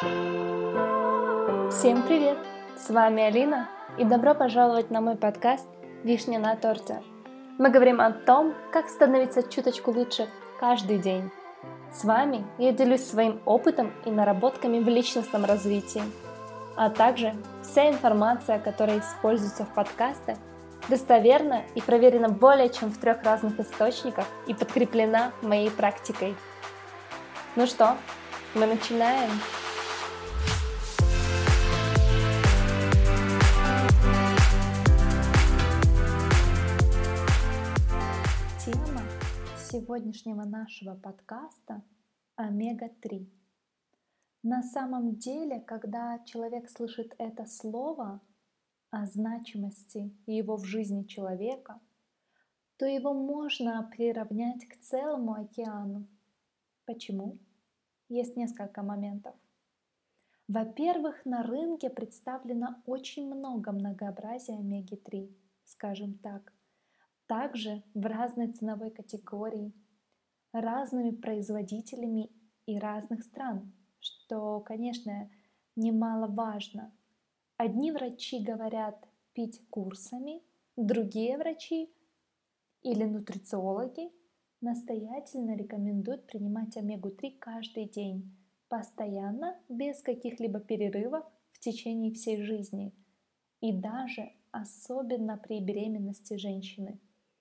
Всем привет! С вами Алина и добро пожаловать на мой подкаст «Вишня на торте». Мы говорим о том, как становиться чуточку лучше каждый день. С вами я делюсь своим опытом и наработками в личностном развитии. А также вся информация, которая используется в подкасте, достоверна и проверена более чем в 3 разных источниках и подкреплена моей практикой. Ну что, мы начинаем! Тема сегодняшнего нашего подкаста – омега-3. На самом деле, когда человек слышит это слово о значимости его в жизни человека, то его можно приравнять к целому океану. Почему? Есть несколько моментов. Во-первых, на рынке представлено очень много многообразия омеги-3, скажем так. Также в разной ценовой категории, разными производителями и разных стран, что, конечно, немаловажно. Одни врачи говорят пить курсами, другие врачи или нутрициологи настоятельно рекомендуют принимать омегу-3 каждый день, постоянно, без каких-либо перерывов в течение всей жизни и даже особенно при беременности женщины.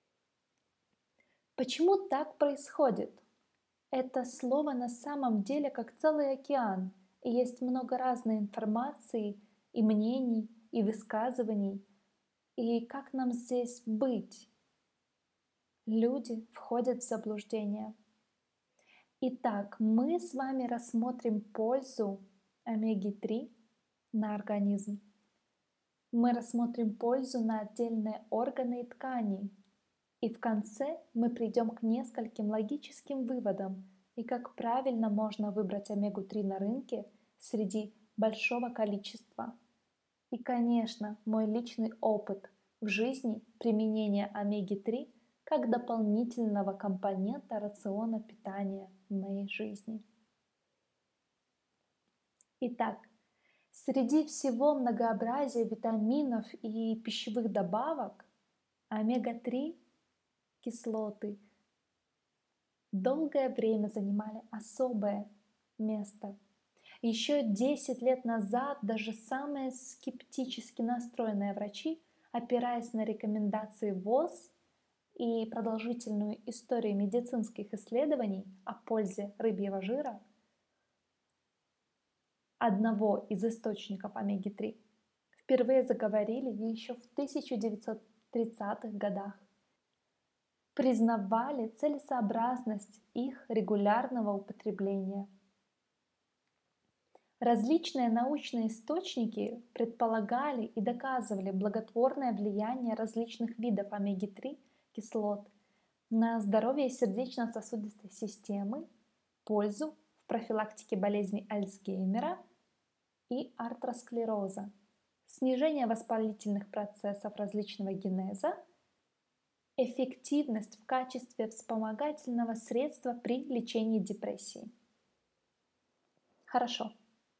Почему так происходит? Это слово на самом деле как целый океан, и есть много разной информации и мнений, и высказываний. И как нам здесь быть? Люди входят в заблуждение. Итак, мы с вами рассмотрим пользу омеги-3 на организм. Мы рассмотрим пользу на отдельные органы и ткани. И в конце мы придем к нескольким логическим выводам и как правильно можно выбрать омегу-3 на рынке среди большого количества. И, конечно, мой личный опыт в жизни применения омеги-3 как дополнительного компонента рациона питания в моей жизни. Итак, среди всего многообразия витаминов и пищевых добавок омега-3 кислоты долгое время занимали особое место. Еще 10 лет назад даже самые скептически настроенные врачи, опираясь на рекомендации ВОЗ и продолжительную историю медицинских исследований о пользе рыбьего жира, одного из источников омеги-3, впервые заговорили еще в 1930-х годах. Признавали целесообразность их регулярного употребления. Различные научные источники предполагали и доказывали благотворное влияние различных видов омеги-3 кислот на здоровье сердечно-сосудистой системы, пользу в профилактике болезней Альцгеймера и артеросклероза, снижение воспалительных процессов различного генеза, эффективность в качестве вспомогательного средства при лечении депрессии. Хорошо.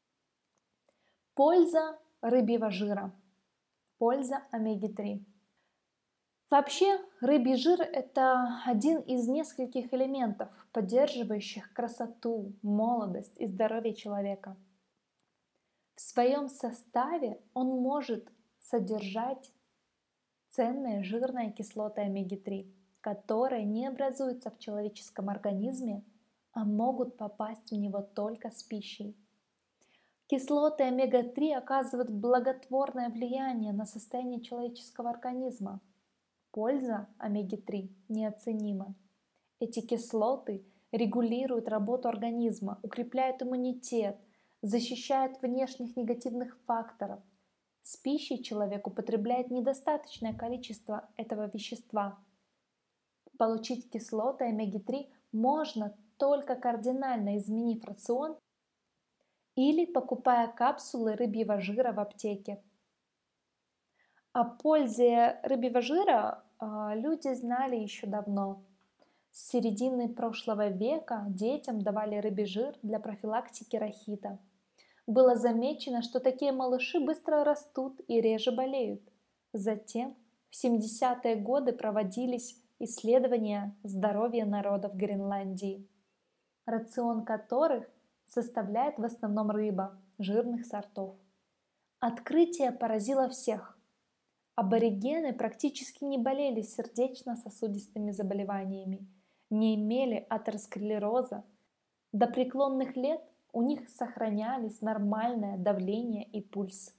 Польза рыбьего жира. Польза омеги-3. Вообще, рыбий жир – это один из нескольких элементов, поддерживающих красоту, молодость и здоровье человека. В своем составе он может содержать ценные жирные кислоты омеги-3, которые не образуются в человеческом организме, а могут попасть в него только с пищей. Кислоты омега-3 оказывают благотворное влияние на состояние человеческого организма. Польза омеги-3 неоценима. Эти кислоты регулируют работу организма, укрепляют иммунитет, защищают внешних негативных факторов. С пищей человек употребляет недостаточное количество этого вещества. Получить кислоты омеги-3 можно только кардинально изменив рацион или покупая капсулы рыбьего жира в аптеке. О пользе рыбьего жира люди знали еще давно. С середины прошлого века детям давали рыбий жир для профилактики рахита. Было замечено, что такие малыши быстро растут и реже болеют. Затем в 70-е годы проводились исследования здоровья народов Гренландии, рацион которых составляет в основном рыба жирных сортов. Открытие поразило всех. Аборигены практически не болели сердечно-сосудистыми заболеваниями, не имели атеросклероза. До преклонных лет у них сохранялись нормальное давление и пульс.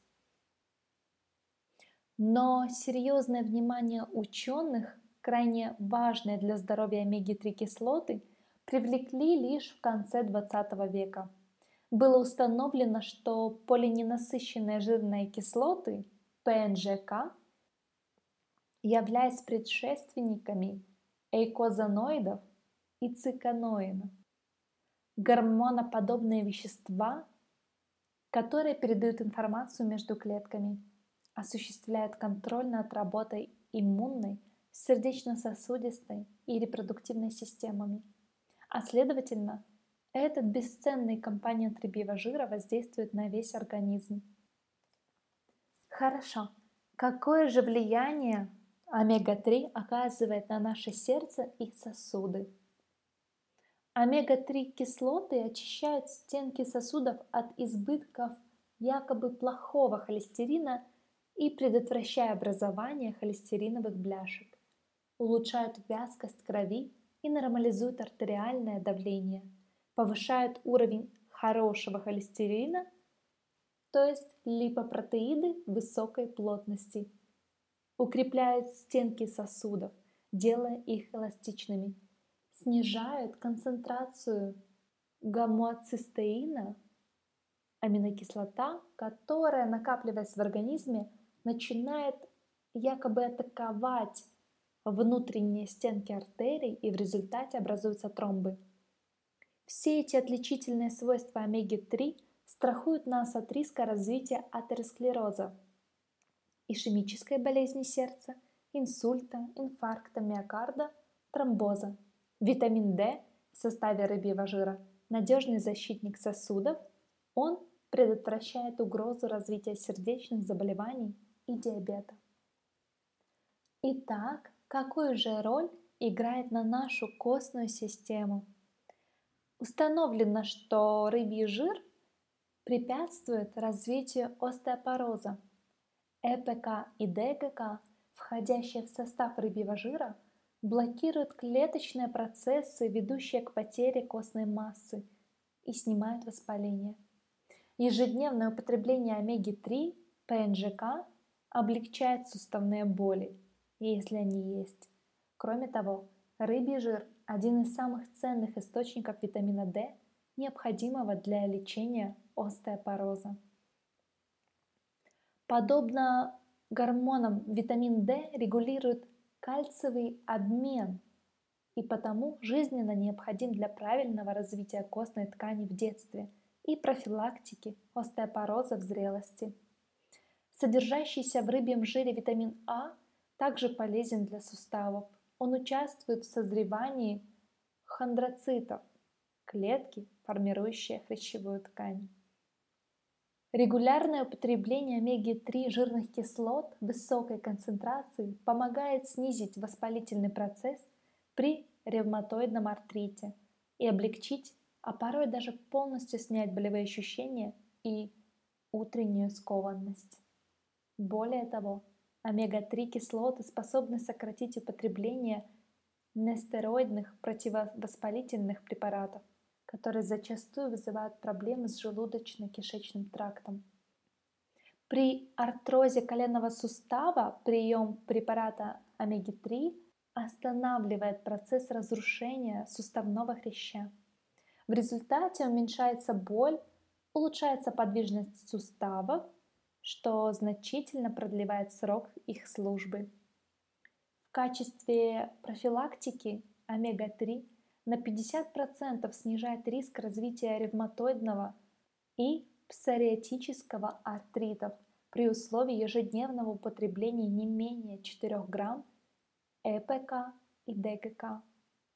Но серьезное внимание ученых, крайне важное для здоровья омеги-3 кислоты, привлекли лишь в конце 20 века. Было установлено, что полиненасыщенные жирные кислоты ПНЖК, являясь предшественниками эйкозаноидов и циканоинов, гормоноподобные вещества, которые передают информацию между клетками, осуществляют контроль над работой иммунной, сердечно-сосудистой и репродуктивной системами. А следовательно, этот бесценный компонент рыбьего жира воздействует на весь организм. Хорошо. Какое же влияние омега-3 оказывает на наше сердце и сосуды? Омега-3 кислоты очищают стенки сосудов от избытков якобы плохого холестерина и предотвращая образование холестериновых бляшек, улучшают вязкость крови и нормализуют артериальное давление, повышают уровень хорошего холестерина, то есть липопротеиды высокой плотности, укрепляют стенки сосудов, делая их эластичными, снижают концентрацию гомоцистеина, аминокислота, которая, накапливаясь в организме, начинает якобы атаковать внутренние стенки артерий, и в результате образуются тромбы. Все эти отличительные свойства омеги-3 страхуют нас от риска развития атеросклероза, ишемической болезни сердца, инсульта, инфаркта миокарда, тромбоза. Витамин D в составе рыбьего жира – надежный защитник сосудов, он предотвращает угрозу развития сердечных заболеваний и диабета. Итак, какую же роль играет на нашу костную систему? Установлено, что рыбий жир препятствует развитию остеопороза. ЭПК и ДГК, входящие в состав рыбьего жира, блокируют клеточные процессы, ведущие к потере костной массы, и снимают воспаление. Ежедневное употребление омеги-3, ПНЖК, облегчает суставные боли, если они есть. Кроме того, рыбий жир – один из самых ценных источников витамина D, необходимого для лечения остеопороза. Подобно гормонам, витамин D регулирует кальциевый обмен и потому жизненно необходим для правильного развития костной ткани в детстве и профилактики остеопороза в зрелости. Содержащийся в рыбьем жире витамин А также полезен для суставов. Он участвует в созревании хондроцитов, клетки, формирующие хрящевую ткань. Регулярное употребление омеги-3 жирных кислот высокой концентрации помогает снизить воспалительный процесс при ревматоидном артрите и облегчить, а порой даже полностью снять болевые ощущения и утреннюю скованность. Более того, омега-3 кислоты способны сократить употребление нестероидных противовоспалительных препаратов, которые зачастую вызывают проблемы с желудочно-кишечным трактом. При артрозе коленного сустава прием препарата омеги-3 останавливает процесс разрушения суставного хряща. В результате уменьшается боль, улучшается подвижность суставов, что значительно продлевает срок их службы. В качестве профилактики омега-3 на 50% снижает риск развития ревматоидного и псориатического артритов при условии ежедневного употребления не менее 4 грамм ЭПК и ДГК.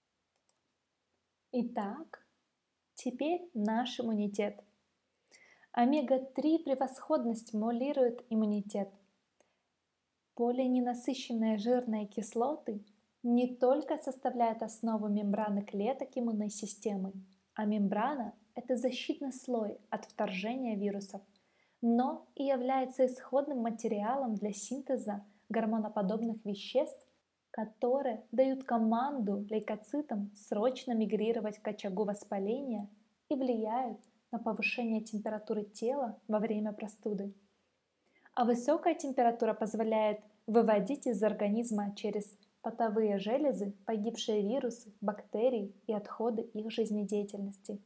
Итак, теперь наш иммунитет. Омега-3 превосходно стимулирует иммунитет. Полиненасыщенные жирные кислоты не только составляют основу мембраны клеток иммунной системы, а мембрана — это защитный слой от вторжения вирусов, но и является исходным материалом для синтеза гормоноподобных веществ, которые дают команду лейкоцитам срочно мигрировать к очагу воспаления и влияют на повышение температуры тела во время простуды. А высокая температура позволяет выводить из организма через потовые железы погибшие вирусы, бактерии и отходы их жизнедеятельности.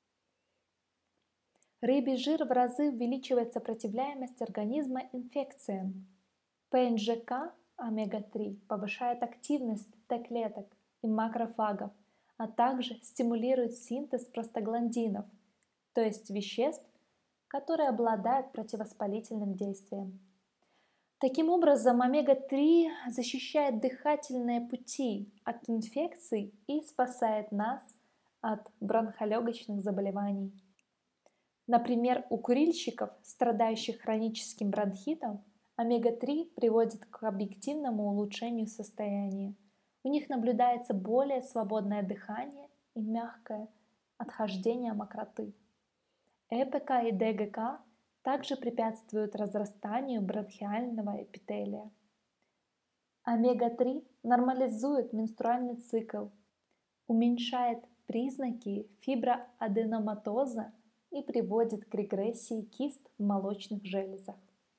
Рыбий жир в разы увеличивает сопротивляемость организма инфекциям. ПНЖК омега-3 повышает активность Т-клеток и макрофагов, а также стимулирует синтез простагландинов, то есть веществ, которые обладают противовоспалительным действием. Таким образом, омега-3 защищает дыхательные пути от инфекций и спасает нас от бронхолегочных заболеваний. Например, у курильщиков, страдающих хроническим бронхитом, омега-3 приводит к объективному улучшению состояния. У них наблюдается более свободное дыхание и мягкое отхождение мокроты. ЭПК и ДГК также препятствуют разрастанию бронхиального эпителия. Омега-3 нормализует менструальный цикл, уменьшает признаки фиброаденоматоза и приводит к регрессии кист в молочных железах.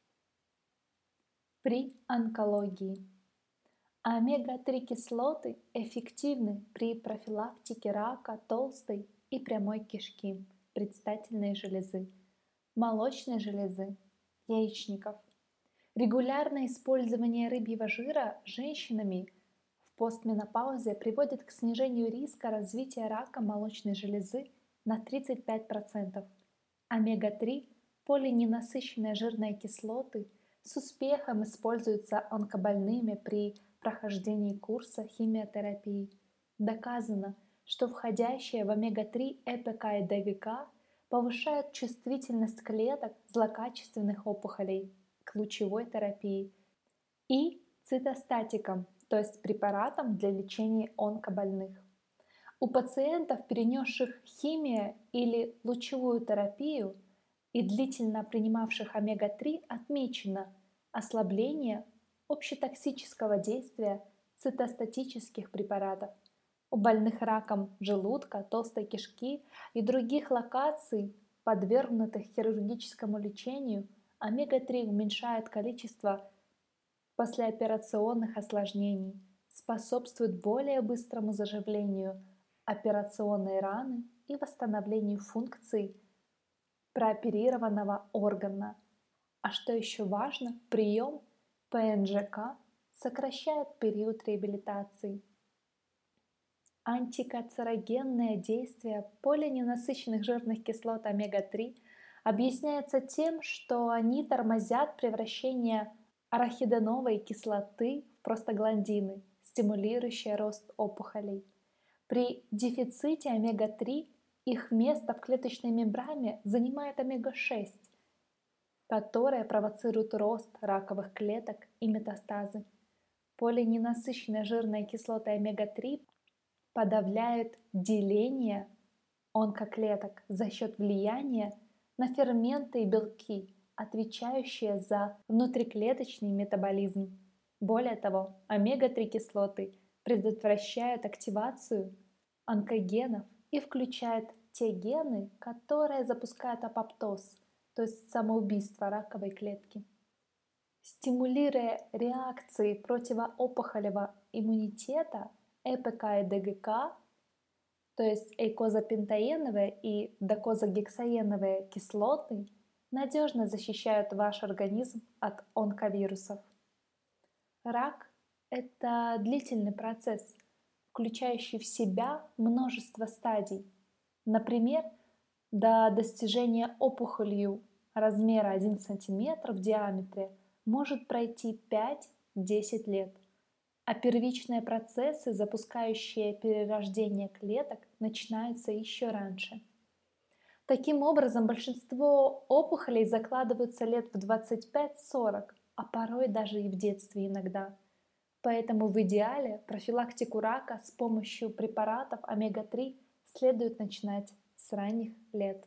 При онкологии омега-3 кислоты эффективны при профилактике рака толстой и прямой кишки, предстательной железы, молочной железы, яичников. Регулярное использование рыбьего жира женщинами в постменопаузе приводит к снижению риска развития рака молочной железы на 35%. Омега-3 полиненасыщенные жирные кислоты с успехом используются онкобольными при прохождении курса химиотерапии. Доказано, что входящие в омега-3 ЭПК и ДГК повышают чувствительность клеток злокачественных опухолей к лучевой терапии и цитостатикам, то есть препаратам для лечения онкобольных. У пациентов, перенесших химию или лучевую терапию и длительно принимавших омега-3, отмечено ослабление общетоксического действия цитостатических препаратов. У больных раком желудка, толстой кишки и других локаций, подвергнутых хирургическому лечению, омега-3 уменьшает количество послеоперационных осложнений, способствует более быстрому заживлению операционной раны и восстановлению функций прооперированного органа. А что еще важно, прием ПНЖК сокращает период реабилитации. Антиканцерогенное действие полиненасыщенных жирных кислот омега-3 объясняется тем, что они тормозят превращение арахидоновой кислоты в простагландины, стимулирующие рост опухолей. При дефиците омега-3 их место в клеточной мембране занимает омега-6, которая провоцирует рост раковых клеток и метастазы. Полиненасыщенные жирные кислоты омега-3 подавляют деление онкоклеток за счет влияния на ферменты и белки, отвечающие за внутриклеточный метаболизм. Более того, омега-3 кислоты предотвращают активацию онкогенов и включают те гены, которые запускают апоптоз, то есть самоубийство раковой клетки. Стимулируя реакции противоопухолевого иммунитета ЭПК и ДГК, то есть эйкозапентаеновые и докозагексаеновые кислоты, надежно защищают ваш организм от онковирусов. Рак – это длительный процесс, включающий в себя множество стадий. Например, до достижения опухолью размера 1 см в диаметре может пройти 5-10 лет, а первичные процессы, запускающие перерождение клеток, начинаются еще раньше. Таким образом, большинство опухолей закладываются лет в 25-40, а порой даже и в детстве иногда. Поэтому в идеале профилактику рака с помощью препаратов омега-3 следует начинать с ранних лет.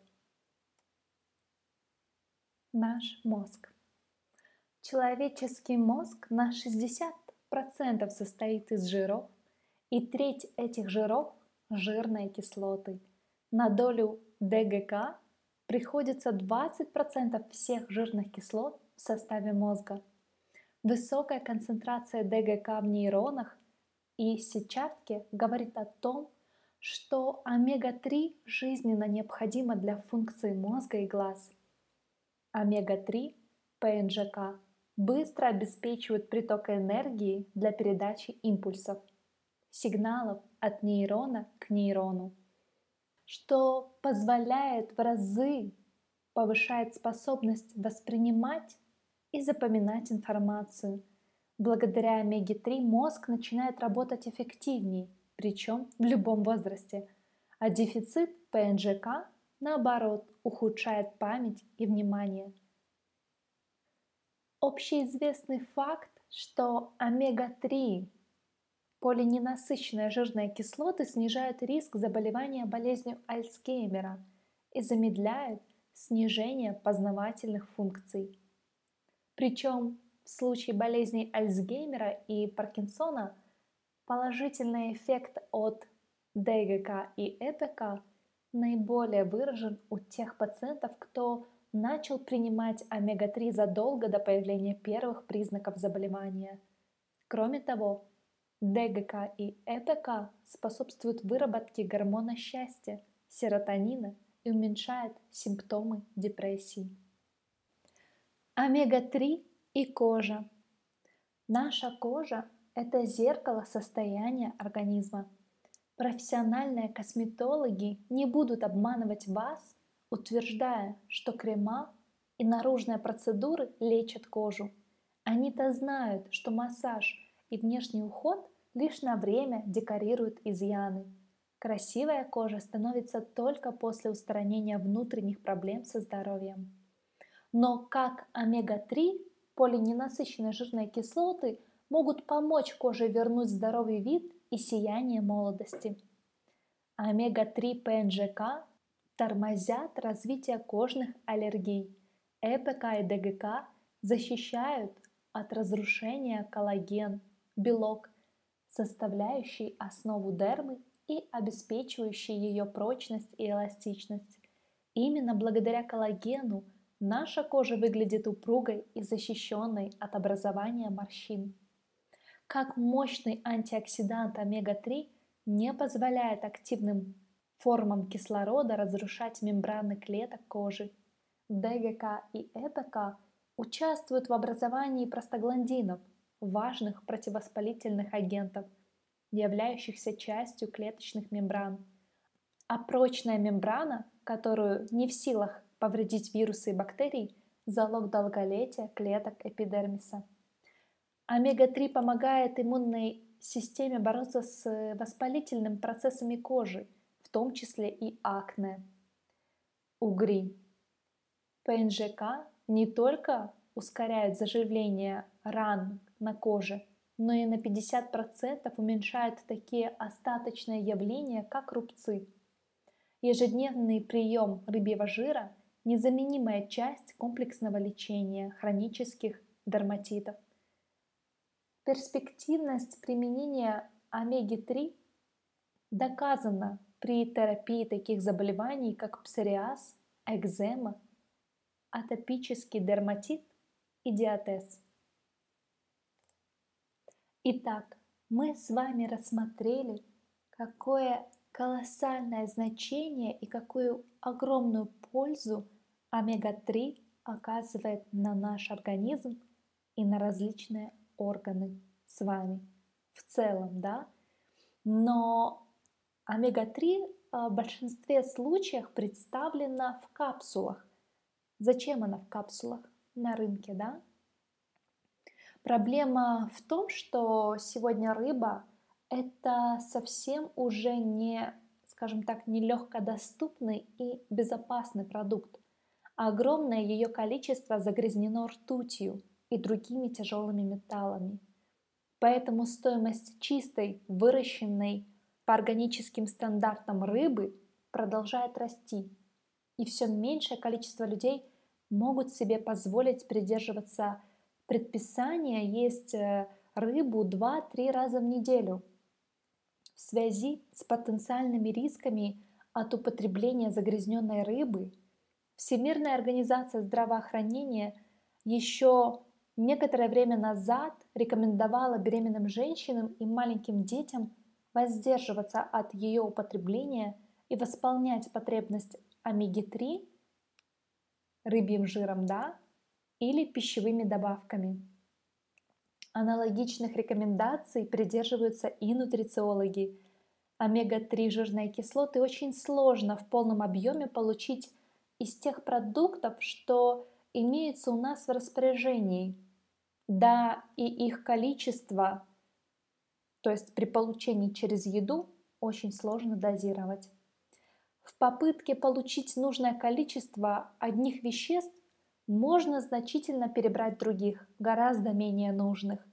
Наш мозг. Человеческий мозг на 60% состоит из жиров, и треть этих жиров – жирные кислоты. На долю ДГК приходится 20% всех жирных кислот в составе мозга. Высокая концентрация ДГК в нейронах и сетчатке говорит о том, что омега-3 жизненно необходима для функции мозга и глаз. Омега-3, ПНЖК, быстро обеспечивают приток энергии для передачи импульсов, сигналов от нейрона к нейрону, что позволяет в разы повышать способность воспринимать и запоминать информацию. Благодаря омеге-3 мозг начинает работать эффективнее, причем в любом возрасте, а дефицит ПНЖК, наоборот, ухудшает память и внимание. Общеизвестный факт, что омега-3 полиненасыщенные жирные кислоты снижают риск заболевания болезнью Альцгеймера и замедляют снижение познавательных функций. Причем в случае болезней Альцгеймера и Паркинсона положительный эффект от ДГК и ЭПК наиболее выражен у тех пациентов, кто начал принимать омега-3 задолго до появления первых признаков заболевания. Кроме того, ДГК и ЭПК способствуют выработке гормона счастья, серотонина и уменьшают симптомы депрессии. Омега-3 и кожа. Наша кожа – это зеркало состояния организма. Профессиональные косметологи не будут обманывать вас, утверждая, что крема и наружные процедуры лечат кожу. Они-то знают, что массаж и внешний уход лишь на время декорируют изъяны. Красивая кожа становится только после устранения внутренних проблем со здоровьем. Но как омега-3, полиненасыщенные жирные кислоты могут помочь коже вернуть здоровый вид и сияние молодости. Омега-3 ПНЖК тормозят развитие кожных аллергий. ЭПК и ДГК защищают от разрушения коллаген, белок, составляющий основу дермы и обеспечивающий ее прочность и эластичность. Именно благодаря коллагену наша кожа выглядит упругой и защищенной от образования морщин. Как мощный антиоксидант омега-3 не позволяет активным формам кислорода разрушать мембраны клеток кожи. ДГК и ЭПК участвуют в образовании простагландинов, важных противовоспалительных агентов, являющихся частью клеточных мембран. А прочная мембрана, которую не в силах повредить вирусы и бактерии, залог долголетия клеток эпидермиса. Омега-3 помогает иммунной системе бороться с воспалительными процессами кожи, в том числе и акне. Угри. ПНЖК не только ускоряет заживление ран на коже, но и на 50% уменьшает такие остаточные явления, как рубцы. Ежедневный прием рыбьего жира – незаменимая часть комплексного лечения хронических дерматитов. Перспективность применения омеги-3 доказана при терапии таких заболеваний, как псориаз, экзема, атопический дерматит и диатез. Итак, мы с вами рассмотрели, какое колоссальное значение и какую огромную пользу омега-3 оказывает на наш организм и на различные органы с вами в целом, да? Но омега-3 в большинстве случаев представлена в капсулах. Зачем она в капсулах на рынке, да? Проблема в том, что сегодня рыба – это совсем уже не, скажем так, нелегкодоступный и безопасный продукт, а огромное ее количество загрязнено ртутью и другими тяжелыми металлами. Поэтому стоимость чистой, выращенной по органическим стандартам рыбы продолжает расти, и все меньшее количество людей могут себе позволить придерживаться предписания есть рыбу 2-3 раза в неделю. В связи с потенциальными рисками от употребления загрязненной рыбы Всемирная организация здравоохранения еще некоторое время назад рекомендовала беременным женщинам и маленьким детям воздерживаться от ее употребления и восполнять потребность омеги-3 рыбьим жиром, да, или пищевыми добавками. Аналогичных рекомендаций придерживаются и нутрициологи. Омега-3 жирные кислоты очень сложно в полном объеме получить из тех продуктов, что имеются у нас в распоряжении. Да, и их количество, то есть при получении через еду, очень сложно дозировать. В попытке получить нужное количество одних веществ можно значительно перебрать других, гораздо менее нужных.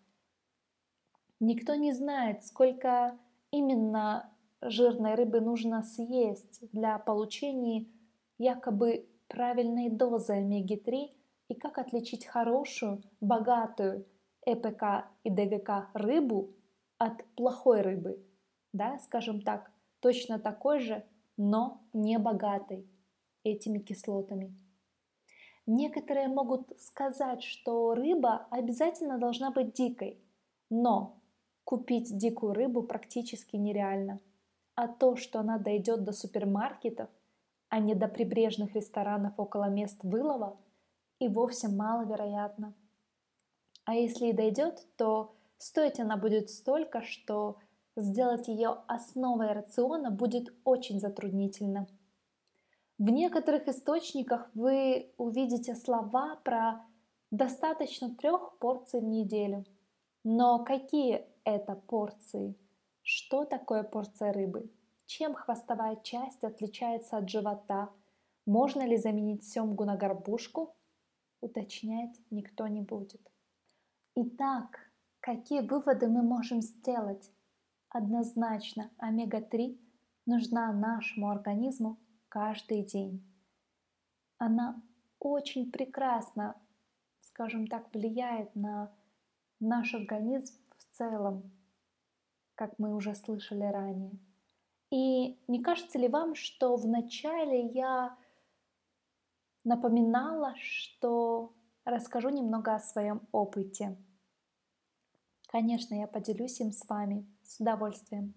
Никто не знает, сколько именно жирной рыбы нужно съесть для получения якобы правильной дозы омеги-3 и как отличить хорошую, богатую ЭПК и ДГК рыбу от плохой рыбы, да, скажем так, точно такой же, но не богатой этими кислотами. Некоторые могут сказать, что рыба обязательно должна быть дикой, но купить дикую рыбу практически нереально. А то, что она дойдет до супермаркетов, а не до прибрежных ресторанов около мест вылова, и вовсе маловероятно. А если и дойдет, то стоить она будет столько, что сделать ее основой рациона будет очень затруднительно. В некоторых источниках вы увидите слова про достаточно 3 порций в неделю. Но какие это порции? Что такое порция рыбы? Чем хвостовая часть отличается от живота? Можно ли заменить семгу на горбушку? Уточнять никто не будет. Итак, какие выводы мы можем сделать? Однозначно, омега-3 нужна нашему организму каждый день. Она очень прекрасно, скажем так, влияет на наш организм в целом, как мы уже слышали ранее. И не кажется ли вам, что вначале я напоминала, что расскажу немного о своем опыте? Конечно, я поделюсь им с вами с удовольствием.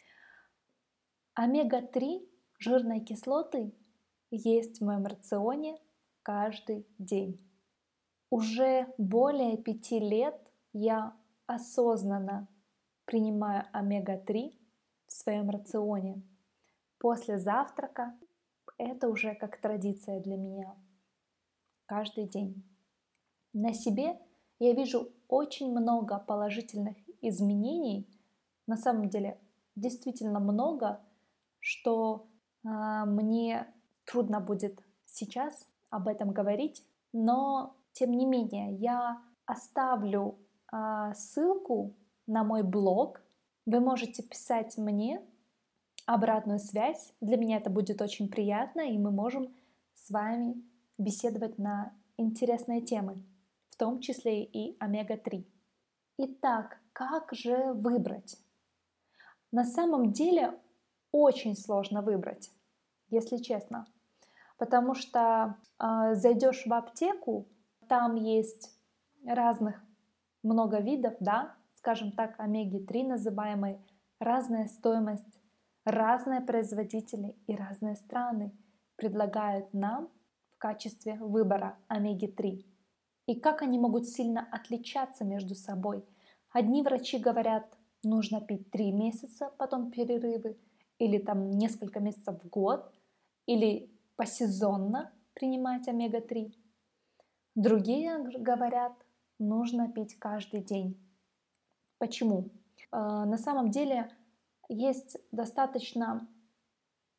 Омега-3 жирные кислоты есть в моем рационе каждый день. Уже более 5 лет я осознанно принимаю омега-3 в своем рационе. После завтрака это уже как традиция для меня. Каждый день. На себе я вижу очень много положительных изменений. На самом деле действительно много, что мне трудно будет сейчас об этом говорить, но тем не менее я оставлю ссылку на мой блог. Вы можете писать мне обратную связь. Для меня это будет очень приятно, и мы можем с вами беседовать на интересные темы, в том числе и омега-3. Итак, как же выбрать? На самом деле очень сложно выбрать, если честно, потому что зайдешь в аптеку, там есть разных много видов, да, скажем так, омеги-3 называемые, разная стоимость, разные производители и разные страны предлагают нам в качестве выбора омеги-3. И как они могут сильно отличаться между собой. Одни врачи говорят, нужно пить 3 месяца, потом перерывы, или там несколько месяцев в год, или посезонно принимать омега-3. Другие говорят, нужно пить каждый день. Почему? На самом деле есть достаточно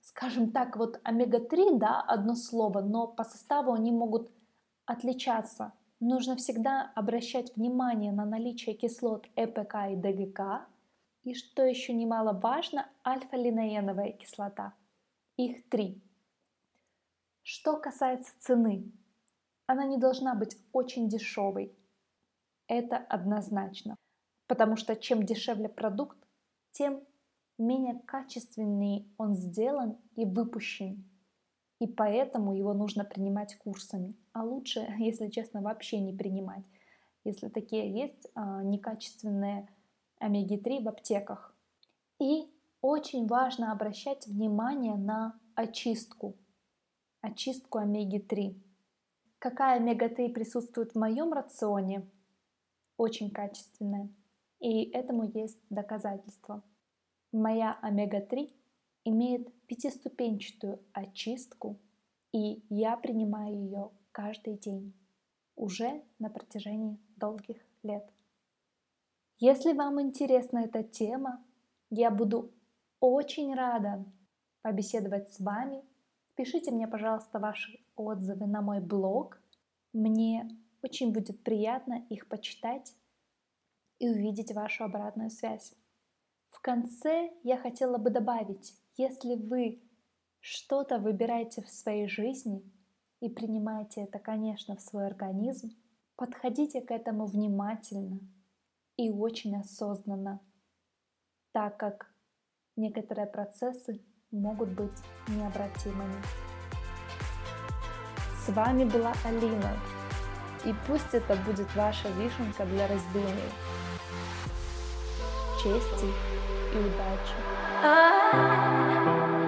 Скажем так, вот омега-3, да, одно слово, но по составу они могут отличаться. Нужно всегда обращать внимание на наличие кислот ЭПК и ДГК. И что еще немаловажно, альфа-линоеновая кислота. Их 3. Что касается цены, она не должна быть очень дешевой. Это однозначно. Потому что чем дешевле продукт, тем менее качественнее он сделан и выпущен. И поэтому его нужно принимать курсами. А лучше, если честно, вообще не принимать, если такие есть некачественные омеги-3 в аптеках. И очень важно обращать внимание на очистку омеги-3. Какая омега-3 присутствует в моем рационе? Очень качественная. И этому есть доказательства. Моя омега-3 имеет 5-ступенчатую очистку, и я принимаю ее каждый день, уже на протяжении долгих лет. Если вам интересна эта тема, я буду очень рада побеседовать с вами. Пишите мне, пожалуйста, ваши отзывы на мой блог. Мне очень будет приятно их почитать и увидеть вашу обратную связь. В конце я хотела бы добавить, если вы что-то выбираете в своей жизни и принимаете это, конечно, в свой организм, подходите к этому внимательно и очень осознанно, так как некоторые процессы могут быть необратимыми. С вами была Алина, и пусть это будет ваша вишенка для раздумий. Чести и удачи!